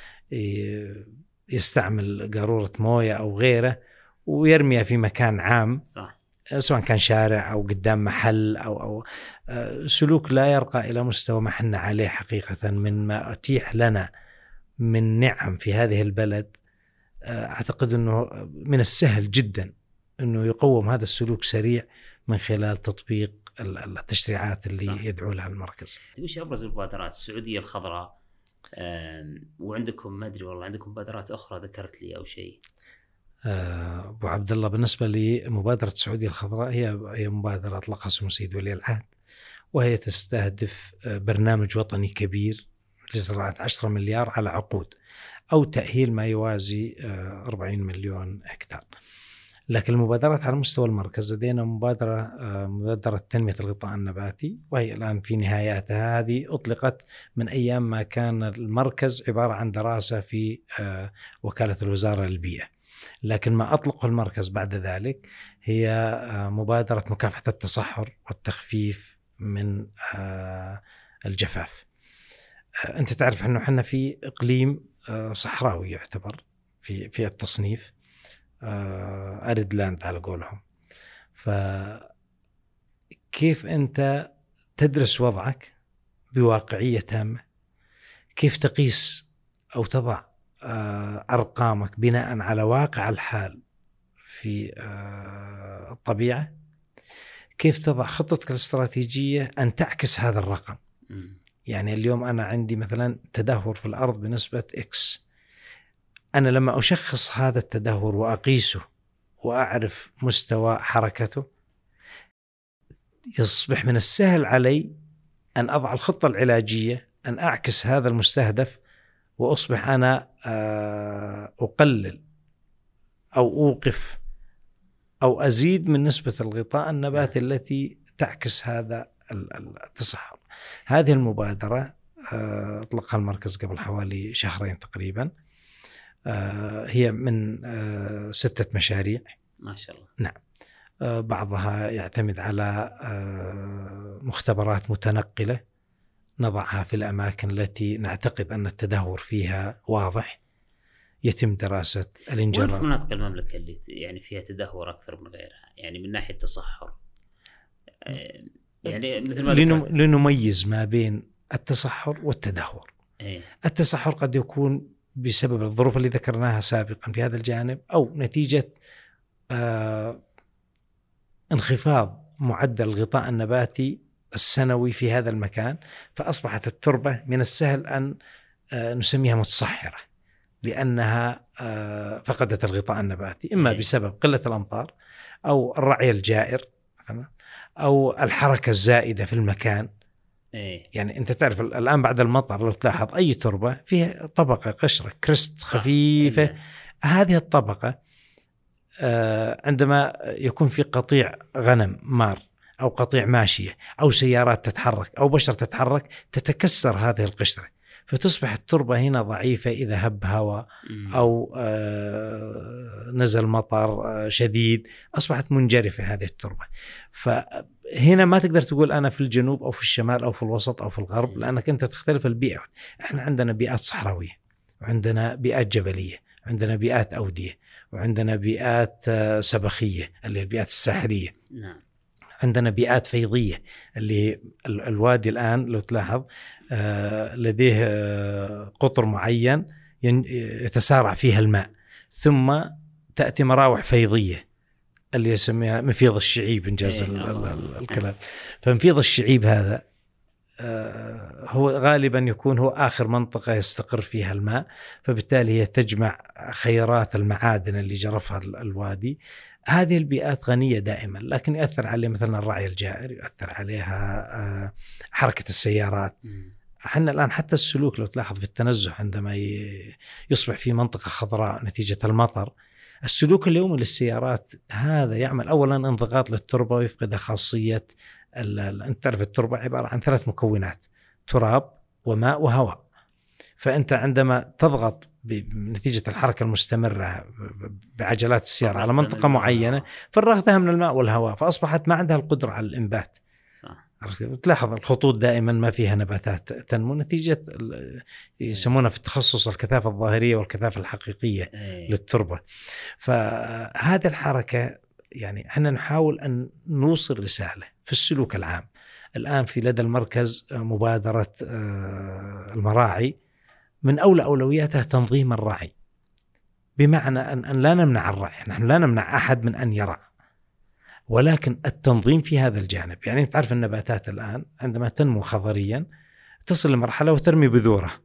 يستعمل قارورة موية أو غيره ويرميها في مكان عام، صح، سواء كان شارع أو قدام محل أو سلوك لا يرقى إلى مستوى ما حنا عليه حقيقة من ما أتيح لنا من نعم في هذه البلد. أعتقد أنه من السهل جدا أنه يقوم هذا السلوك سريع من خلال تطبيق التشريعات اللي صح. يدعو لها المركز. وش أبرز المبادرات؟ السعودية الخضراء وعندكم ما أدري والله عندكم مبادرات أخرى ذكرت لي أو شيء. أبو عبد الله، بالنسبة لمبادرة السعودية الخضراء هي مبادرة أطلقها سمو سيد ولي العهد، وهي تستهدف برنامج وطني كبير لزراعة 10 مليار على عقود، أو تأهيل ما يوازي 40 مليون هكتار. لكن المبادرات على مستوى المركز لدينا مبادرة تنمية الغطاء النباتي، وهي الآن في نهاياتها. هذه أطلقت من أيام ما كان المركز عبارة عن دراسة في وكالة الوزارة للبيئة، لكن ما أطلقه المركز بعد ذلك هي مبادرة مكافحة التصحر والتخفيف من الجفاف. أنت تعرف أنه حنا في إقليم صحراوي يعتبر في التصنيف، أريد لاند على قولهم. فكيف أنت تدرس وضعك بواقعية تامة؟ كيف تقيس أو تضع أرقامك بناء على واقع الحال في الطبيعة؟ كيف تضع خطتك الاستراتيجية أن تعكس هذا الرقم؟ يعني اليوم أنا عندي مثلا تدهور في الأرض بنسبة X، أنا لما أشخص هذا التدهور وأقيسه وأعرف مستوى حركته، يصبح من السهل علي أن أضع الخطة العلاجية أن أعكس هذا المستهدف، وأصبح أنا أقلل أو أوقف أو أزيد من نسبة الغطاء النباتي التي تعكس هذا التصحر. هذه المبادرة أطلقها المركز قبل حوالي شهرين تقريبا، هي من 6 مشاريع ما شاء الله. نعم. بعضها يعتمد على مختبرات متنقلة نضعها في الأماكن التي نعتقد أن التدهور فيها واضح، يتم دراسة الانجرار. وين في مناطق المملكة اللي يعني فيها تدهور أكثر من غيرها، يعني من ناحية تصحر؟ يعني مثل ما لنميز ما بين التصحر والتدهور. التصحر قد يكون بسبب الظروف اللي ذكرناها سابقا في هذا الجانب، أو نتيجة انخفاض معدل الغطاء النباتي السنوي في هذا المكان، فأصبحت التربة من السهل أن نسميها متصحرة، لأنها فقدت الغطاء النباتي، إما بسبب قلة الأمطار أو الرعي الجائر مثلا، أو الحركة الزائدة في المكان. يعني أنت تعرف الآن بعد المطر لو تلاحظ أي تربة فيها طبقة قشرة كريست خفيفة. هذه الطبقة عندما يكون في قطيع غنم مار أو قطيع ماشية أو سيارات تتحرك أو بشر تتحرك، تتكسر هذه القشرة، فتصبح التربة هنا ضعيفة. إذا هب هواء أو نزل مطر شديد أصبحت منجرفة هذه التربة. فهنا ما تقدر تقول أنا في الجنوب أو في الشمال أو في الوسط أو في الغرب، لأنك أنت تختلف البيئة. إحنا عندنا بيئات صحراوية، وعندنا بيئات جبلية، وعندنا بيئات أودية، وعندنا بيئات سبخية اللي هي البيئات الساحلية. عندنا بيئات فيضية اللي الوادي الآن لو تلاحظ لديه قطر معين يتسارع فيها الماء، ثم تأتي مراوح فيضية اللي يسميها مفيض الشعيب إنجاز الكلام. فمفيض الشعيب هذا هو غالبا يكون هو آخر منطقة يستقر فيها الماء، فبالتالي هي تجمع خيرات المعادن اللي جرفها الوادي. هذه البيئات غنية دائما، لكن يؤثر عليها مثلا الرعي الجائر، يؤثر عليها حركة السيارات. احنا الآن حتى السلوك لو تلاحظ في التنزه عندما يصبح في منطقة خضراء نتيجة المطر، السلوك اليومي للسيارات هذا يعمل أولا انضغاط للتربة ويفقد خاصية أنت تعرف التربة عبارة عن 3 مكونات: تراب وماء وهواء. فأنت عندما تضغط بنتيجة الحركة المستمرة بعجلات السيارة على منطقة معينة، فرغتها من الماء والهواء، فأصبحت ما عندها القدرة على الإنبات. تلاحظ الخطوط دائما ما فيها نباتات تنمو نتيجة يسمونها في التخصص الكثافة الظاهرية والكثافة الحقيقية للتربة. فهذه الحركة يعني احنا نحاول أن نوصل رسالة في السلوك العام. الآن في لدى المركز مبادرة المراعي، من أولى أولوياتها تنظيم الرعي، بمعنى أن لا نمنع الرعي، نحن لا نمنع أحد من أن يرعى، ولكن التنظيم في هذا الجانب. يعني تعرف النباتات الآن عندما تنمو خضريا تصل لمرحلة وترمي بذورة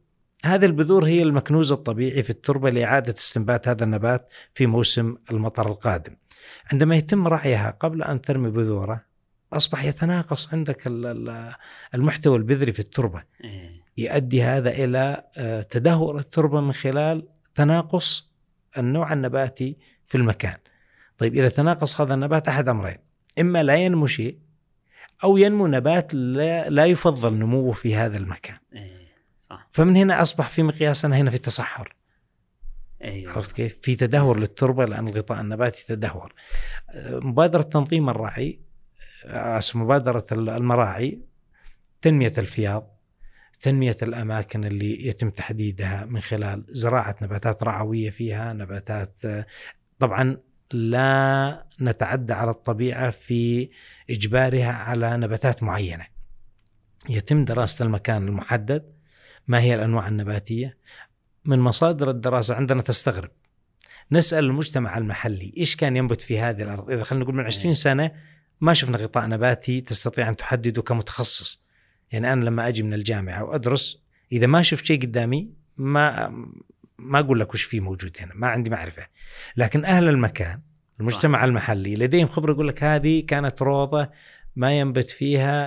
هذه البذور هي المكنوز الطبيعي في التربة لإعادة استنبات هذا النبات في موسم المطر القادم. عندما يتم رعيها قبل أن ترمي بذوره أصبح يتناقص عندك المحتوى البذري في التربة، يؤدي هذا إلى تدهور التربة من خلال تناقص النوع النباتي في المكان. طيب إذا تناقص هذا النبات أحد أمرين: إما لا ينمو شيء، أو ينمو نبات لا يفضل نموه في هذا المكان. صح. فمن هنا أصبح في مقياسنا هنا في تصحر. عرفت كيف؟ في تدهور للتربة لأن الغطاء النباتي تدهور. مبادرة تنظيم الرعي، مبادرة المراعي، تنمية الفياض، تنمية الأماكن اللي يتم تحديدها من خلال زراعة نباتات رعوية فيها، نباتات طبعا لا نتعدى على الطبيعة في إجبارها على نباتات معينة. يتم دراسة المكان المحدد، ما هي الأنواع النباتية. من مصادر الدراسة عندنا تستغرب، نسأل المجتمع المحلي إيش كان ينبت في هذه الأرض. إذا خلينا نقول من 20 سنة ما شفنا غطاء نباتي تستطيع أن تحدده كمتخصص. يعني أنا لما أجي من الجامعة وأدرس إذا ما شفت شيء قدامي ما أقول لك وش فيه موجود هنا، ما عندي معرفة. لكن أهل المكان، المجتمع صح. المحلي لديهم خبرة، يقول لك هذه كانت روضة ما ينبت فيها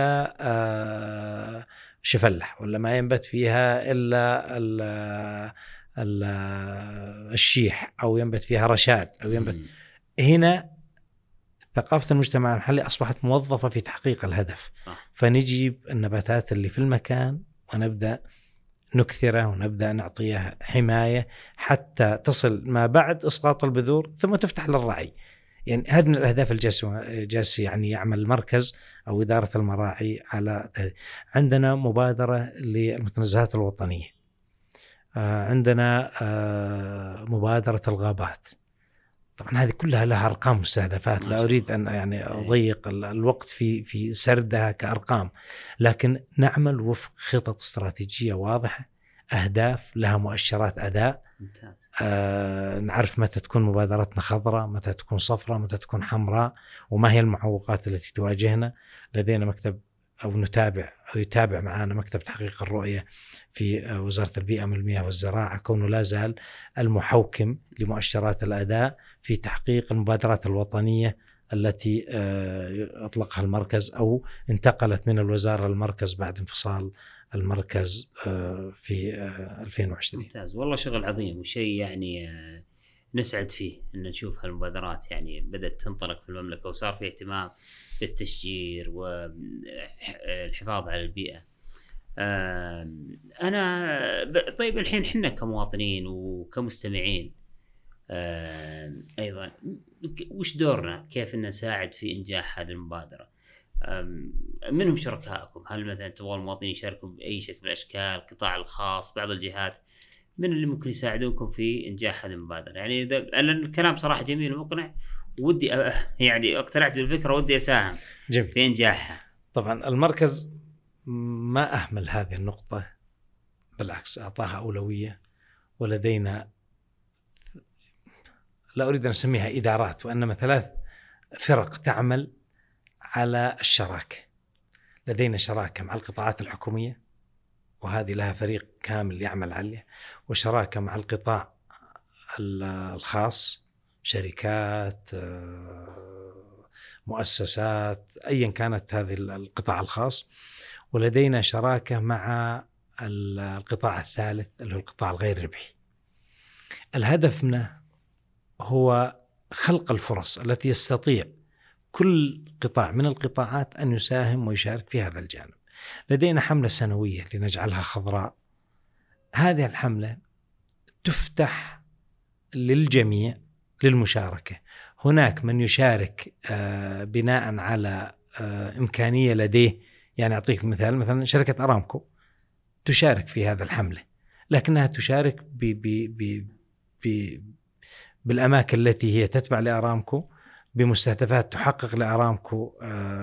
إلا شفلح، ولا ما ينبت فيها إلا الشيح، أو ينبت فيها رشاد، أو ينبت. هنا ثقافة المجتمع المحلي أصبحت موظفة في تحقيق الهدف. صح. فنجيب النباتات اللي في المكان ونبدأ نكثره ونبدأ نعطيها حماية حتى تصل ما بعد إسقاط البذور ثم تفتح للرعي. يعني هذه من الأهداف الجالس يعني يعمل المركز أو إدارة المراعي على. عندنا مبادرة للمتنزهات الوطنية، عندنا مبادرة الغابات. طبعا هذه كلها لها أرقام مستهدفات، لا أريد أن يعني أضيق الوقت في سردها كأرقام، لكن نعمل وفق خطط استراتيجية واضحة، أهداف لها مؤشرات أداء. نعرف متى تكون مبادرتنا خضراء، متى تكون صفراء، متى تكون حمراء، وما هي المعوقات التي تواجهنا. لدينا مكتب أو نتابع أو يتابع معنا مكتب تحقيق الرؤية في وزارة البيئة من المياه والزراعة، كونه لا زال المحوكم لمؤشرات الأداء في تحقيق المبادرات الوطنية التي أطلقها المركز أو انتقلت من الوزارة للمركز بعد انفصال المركز في 2020. ممتاز، والله شغل عظيم وشيء يعني نسعد فيه أن نشوف هالمبادرات يعني بدأت تنطلق في المملكة وصار في اهتمام بالتشجير والحفاظ على البيئة. طيب الحين حنا كمواطنين وكمستمعين أيضا وش دورنا؟ كيف نساعد في إنجاح هذه المبادرة؟ منهم شركائكم؟ هل مثلا تبغى المواطنين يشاركوا بأي شكل من الأشكال؟ القطاع الخاص، بعض الجهات، من اللي ممكن يساعدوكم في إنجاح هذه المبادرة؟ يعني الكلام صراحة جميل ومقنع، ودي يعني اقتنعت بالفكرة ودي أساهم جميل في إنجاحها. طبعا المركز ما أهمل هذه النقطة، بالعكس أعطاها أولوية. ولدينا لا أريد أن أسميها إدارات، وإنما 3 فرق تعمل على الشراكة. لدينا شراكة مع القطاعات الحكومية، وهذه لها فريق كامل يعمل عليه، وشراكة مع القطاع الخاص، شركات، مؤسسات، أيا كانت هذه القطاع الخاص. ولدينا شراكة مع القطاع الثالث اللي هو القطاع الغير ربحي. الهدف منه هو خلق الفرص التي يستطيع كل قطاع من القطاعات أن يساهم ويشارك في هذا الجانب. لدينا حملة سنوية لنجعلها خضراء. هذه الحملة تفتح للجميع للمشاركة. هناك من يشارك بناء على إمكانية لديه. يعني أعطيك مثلا شركة أرامكو تشارك في هذا الحملة، لكنها تشارك بالأماكن التي هي تتبع لأرامكو، بمستهدفات تحقق لأرامكو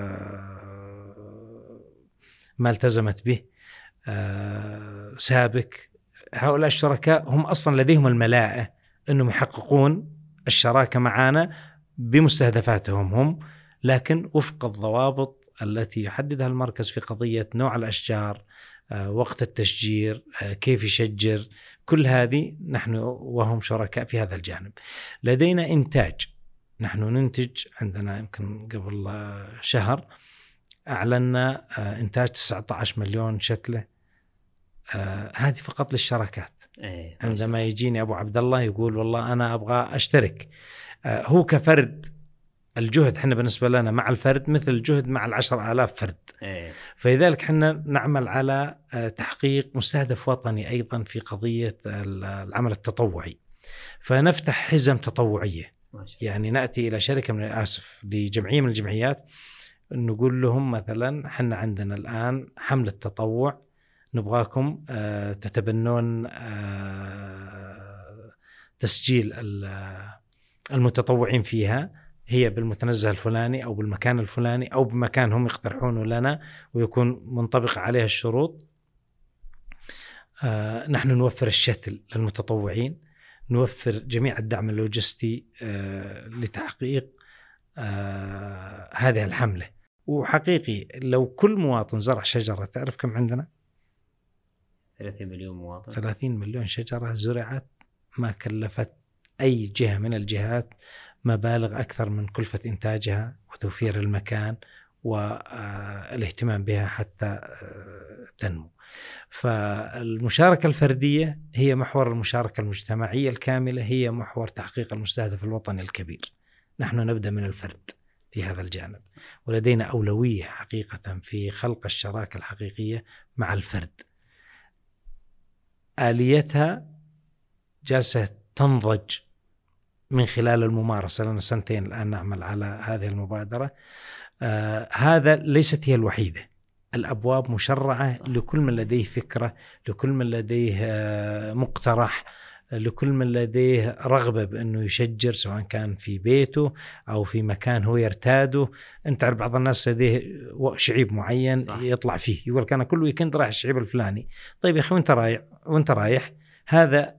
ما التزمت به سابق. هؤلاء الشركاء هم أصلا لديهم الملاءة أنهم يحققون الشراكة معنا بمستهدفاتهم هم، لكن وفق الضوابط التي يحددها المركز في قضية نوع الأشجار، وقت التشجير، كيف يشجر، كل هذه نحن وهم شركاء في هذا الجانب. لدينا إنتاج، نحن ننتج، عندنا يمكن قبل شهر أعلنا إنتاج 19 مليون شتلة، هذه فقط للشراكات. عندما يجيني أبو عبد الله يقول والله أنا أبغى أشترك، هو كفرد الجهد حنا بالنسبة لنا مع الفرد مثل الجهد مع 10,000 فرد. فلذلك حنا نعمل على تحقيق مستهدف وطني أيضا في قضية العمل التطوعي، فنفتح حزم تطوعية. يعني نأتي إلى شركة لجمعية من الجمعيات، نقول لهم مثلا حنا عندنا الآن حملة تطوع، نبغاكم تتبنون تسجيل المتطوعين فيها، هي بالمتنزه الفلاني أو بالمكان الفلاني أو بمكان هم يقترحونه لنا ويكون منطبق عليها الشروط. نحن نوفر الشتل للمتطوعين، نوفر جميع الدعم اللوجستي لتحقيق هذه الحملة. وحقيقي لو كل مواطن زرع شجرة، تعرف كم عندنا؟ 30 مليون مواطن. 30 مليون شجرة زرعت، ما كلفت أي جهة من الجهات مبالغ أكثر من كلفة إنتاجها وتوفير المكان والاهتمام بها حتى تنمو. فالمشاركة الفردية هي محور المشاركة المجتمعية الكاملة، هي محور تحقيق المستهدف الوطني الكبير. نحن نبدأ من الفرد في هذا الجانب، ولدينا أولوية حقيقة في خلق الشراكة الحقيقية مع الفرد. آليتها جالسة تنضج من خلال الممارسة، لنا 2 سنين الآن نعمل على هذه المبادرة. هذا ليست هي الوحيدة، الأبواب مشرعة لكل من لديه فكرة، لكل من لديه مقترح، لكل من لديه رغبة بأنه يشجر، سواء كان في بيته أو في مكان هو يرتاده. أنت تعرف بعض الناس لديه شعيب معين صح. يطلع فيه، يقول كان كل ويكند رايح الشعيب الفلاني. طيب يا أخي وانت رايح هذا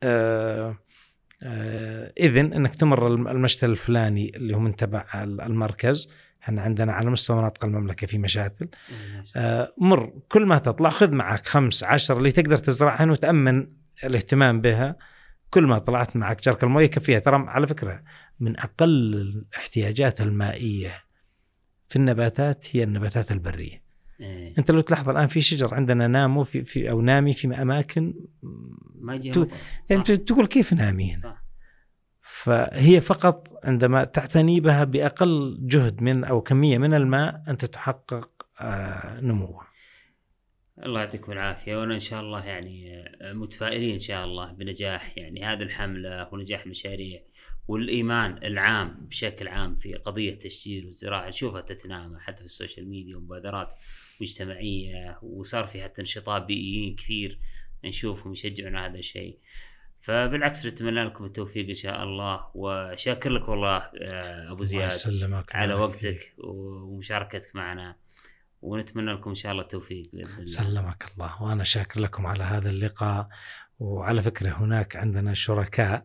إذن أنك تمر المشتل الفلاني اللي هو من تبع المركز. احنا عندنا على مستوى مناطق المملكة في مشاتل، مر كل ما تطلع خذ معك 5-10 اللي تقدر تزرعهن وتأمن الاهتمام بها. كل ما طلعت معك جرك المويه يكفيها. ترى على فكرة من أقل الاحتياجات المائية في النباتات هي النباتات البرية. أنت لو تلاحظ الآن في شجر عندنا نامو في أو نامي في أماكن ما أنت تقول كيف نامي هنا؟ فهي فقط عندما تعتني بها بأقل جهد من أو كمية من الماء أنت تحقق نموه. الله يعطيكم العافية، وأنا إن شاء الله يعني متفائلين إن شاء الله بنجاح يعني هذه الحملة ونجاح المشاريع، والإيمان العام بشكل عام في قضية التشجير والزراعة نشوفها تتنامى حتى في السوشيال ميديا ومبادرات مجتمعية، وصار في حتى نشاطات بيئيين كثير نشوفهم يشجعون هذا الشيء. فبالعكس نتمنى لكم التوفيق إن شاء الله، وشاكر لك والله أبو زياد على وقتك ومشاركتك معنا، ونتمنى لكم إن شاء الله التوفيق بإذن الله. سلمك الله، وأنا شاكر لكم على هذا اللقاء. وعلى فكرة هناك عندنا شركاء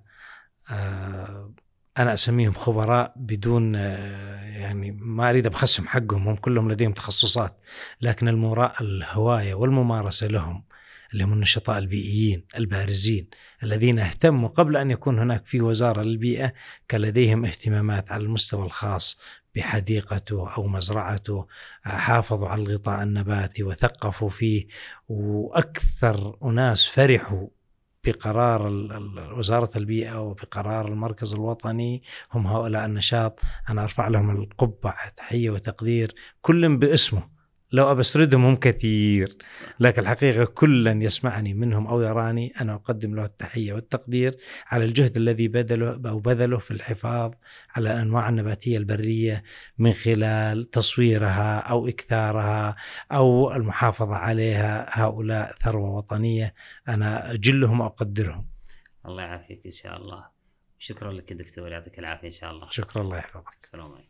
أنا أسميهم خبراء بدون يعني ما أريد أبخسهم حقهم، هم كلهم لديهم تخصصات، لكن الهواية والممارسة لهم، اللي هم النشطاء البيئيين البارزين الذين اهتموا قبل أن يكون هناك في وزارة للبيئة، كان لديهم اهتمامات على المستوى الخاص بحديقته أو مزرعته، حافظوا على الغطاء النباتي وثقفوا فيه. وأكثر أناس فرحوا بقرار وزارة البيئة وبقرار المركز الوطني هم هؤلاء النشاط. أنا أرفع لهم القبعة تحية وتقدير، كل باسمه. لو أبسردهم هم كثير، لكن الحقيقة كلا يسمعني منهم أو يراني أنا أقدم له التحية والتقدير على الجهد الذي بذله في الحفاظ على الأنواع النباتية البرية من خلال تصويرها أو إكثارها أو المحافظة عليها. هؤلاء ثروة وطنية، أنا أجلهم وأقدرهم. الله يعافيك إن شاء الله. شكرا لك دكتور، يعطيك العافية إن شاء الله. شكرا، الله يحفظك. السلام عليكم.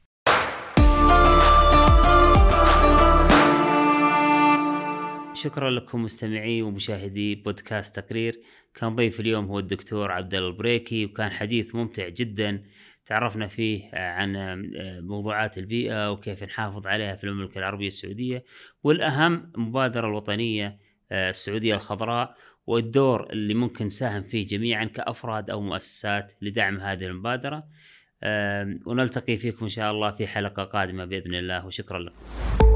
شكرا لكم مستمعي ومشاهدي بودكاست تقرير. كان ضيف اليوم هو الدكتور عبدالله البريكي، وكان حديث ممتع جدا تعرفنا فيه عن موضوعات البيئة وكيف نحافظ عليها في المملكة العربية السعودية، والأهم مبادرة الوطنية السعودية الخضراء، والدور اللي ممكن نساهم فيه جميعا كأفراد أو مؤسسات لدعم هذه المبادرة. ونلتقي فيكم إن شاء الله في حلقة قادمة بإذن الله، وشكرا لكم.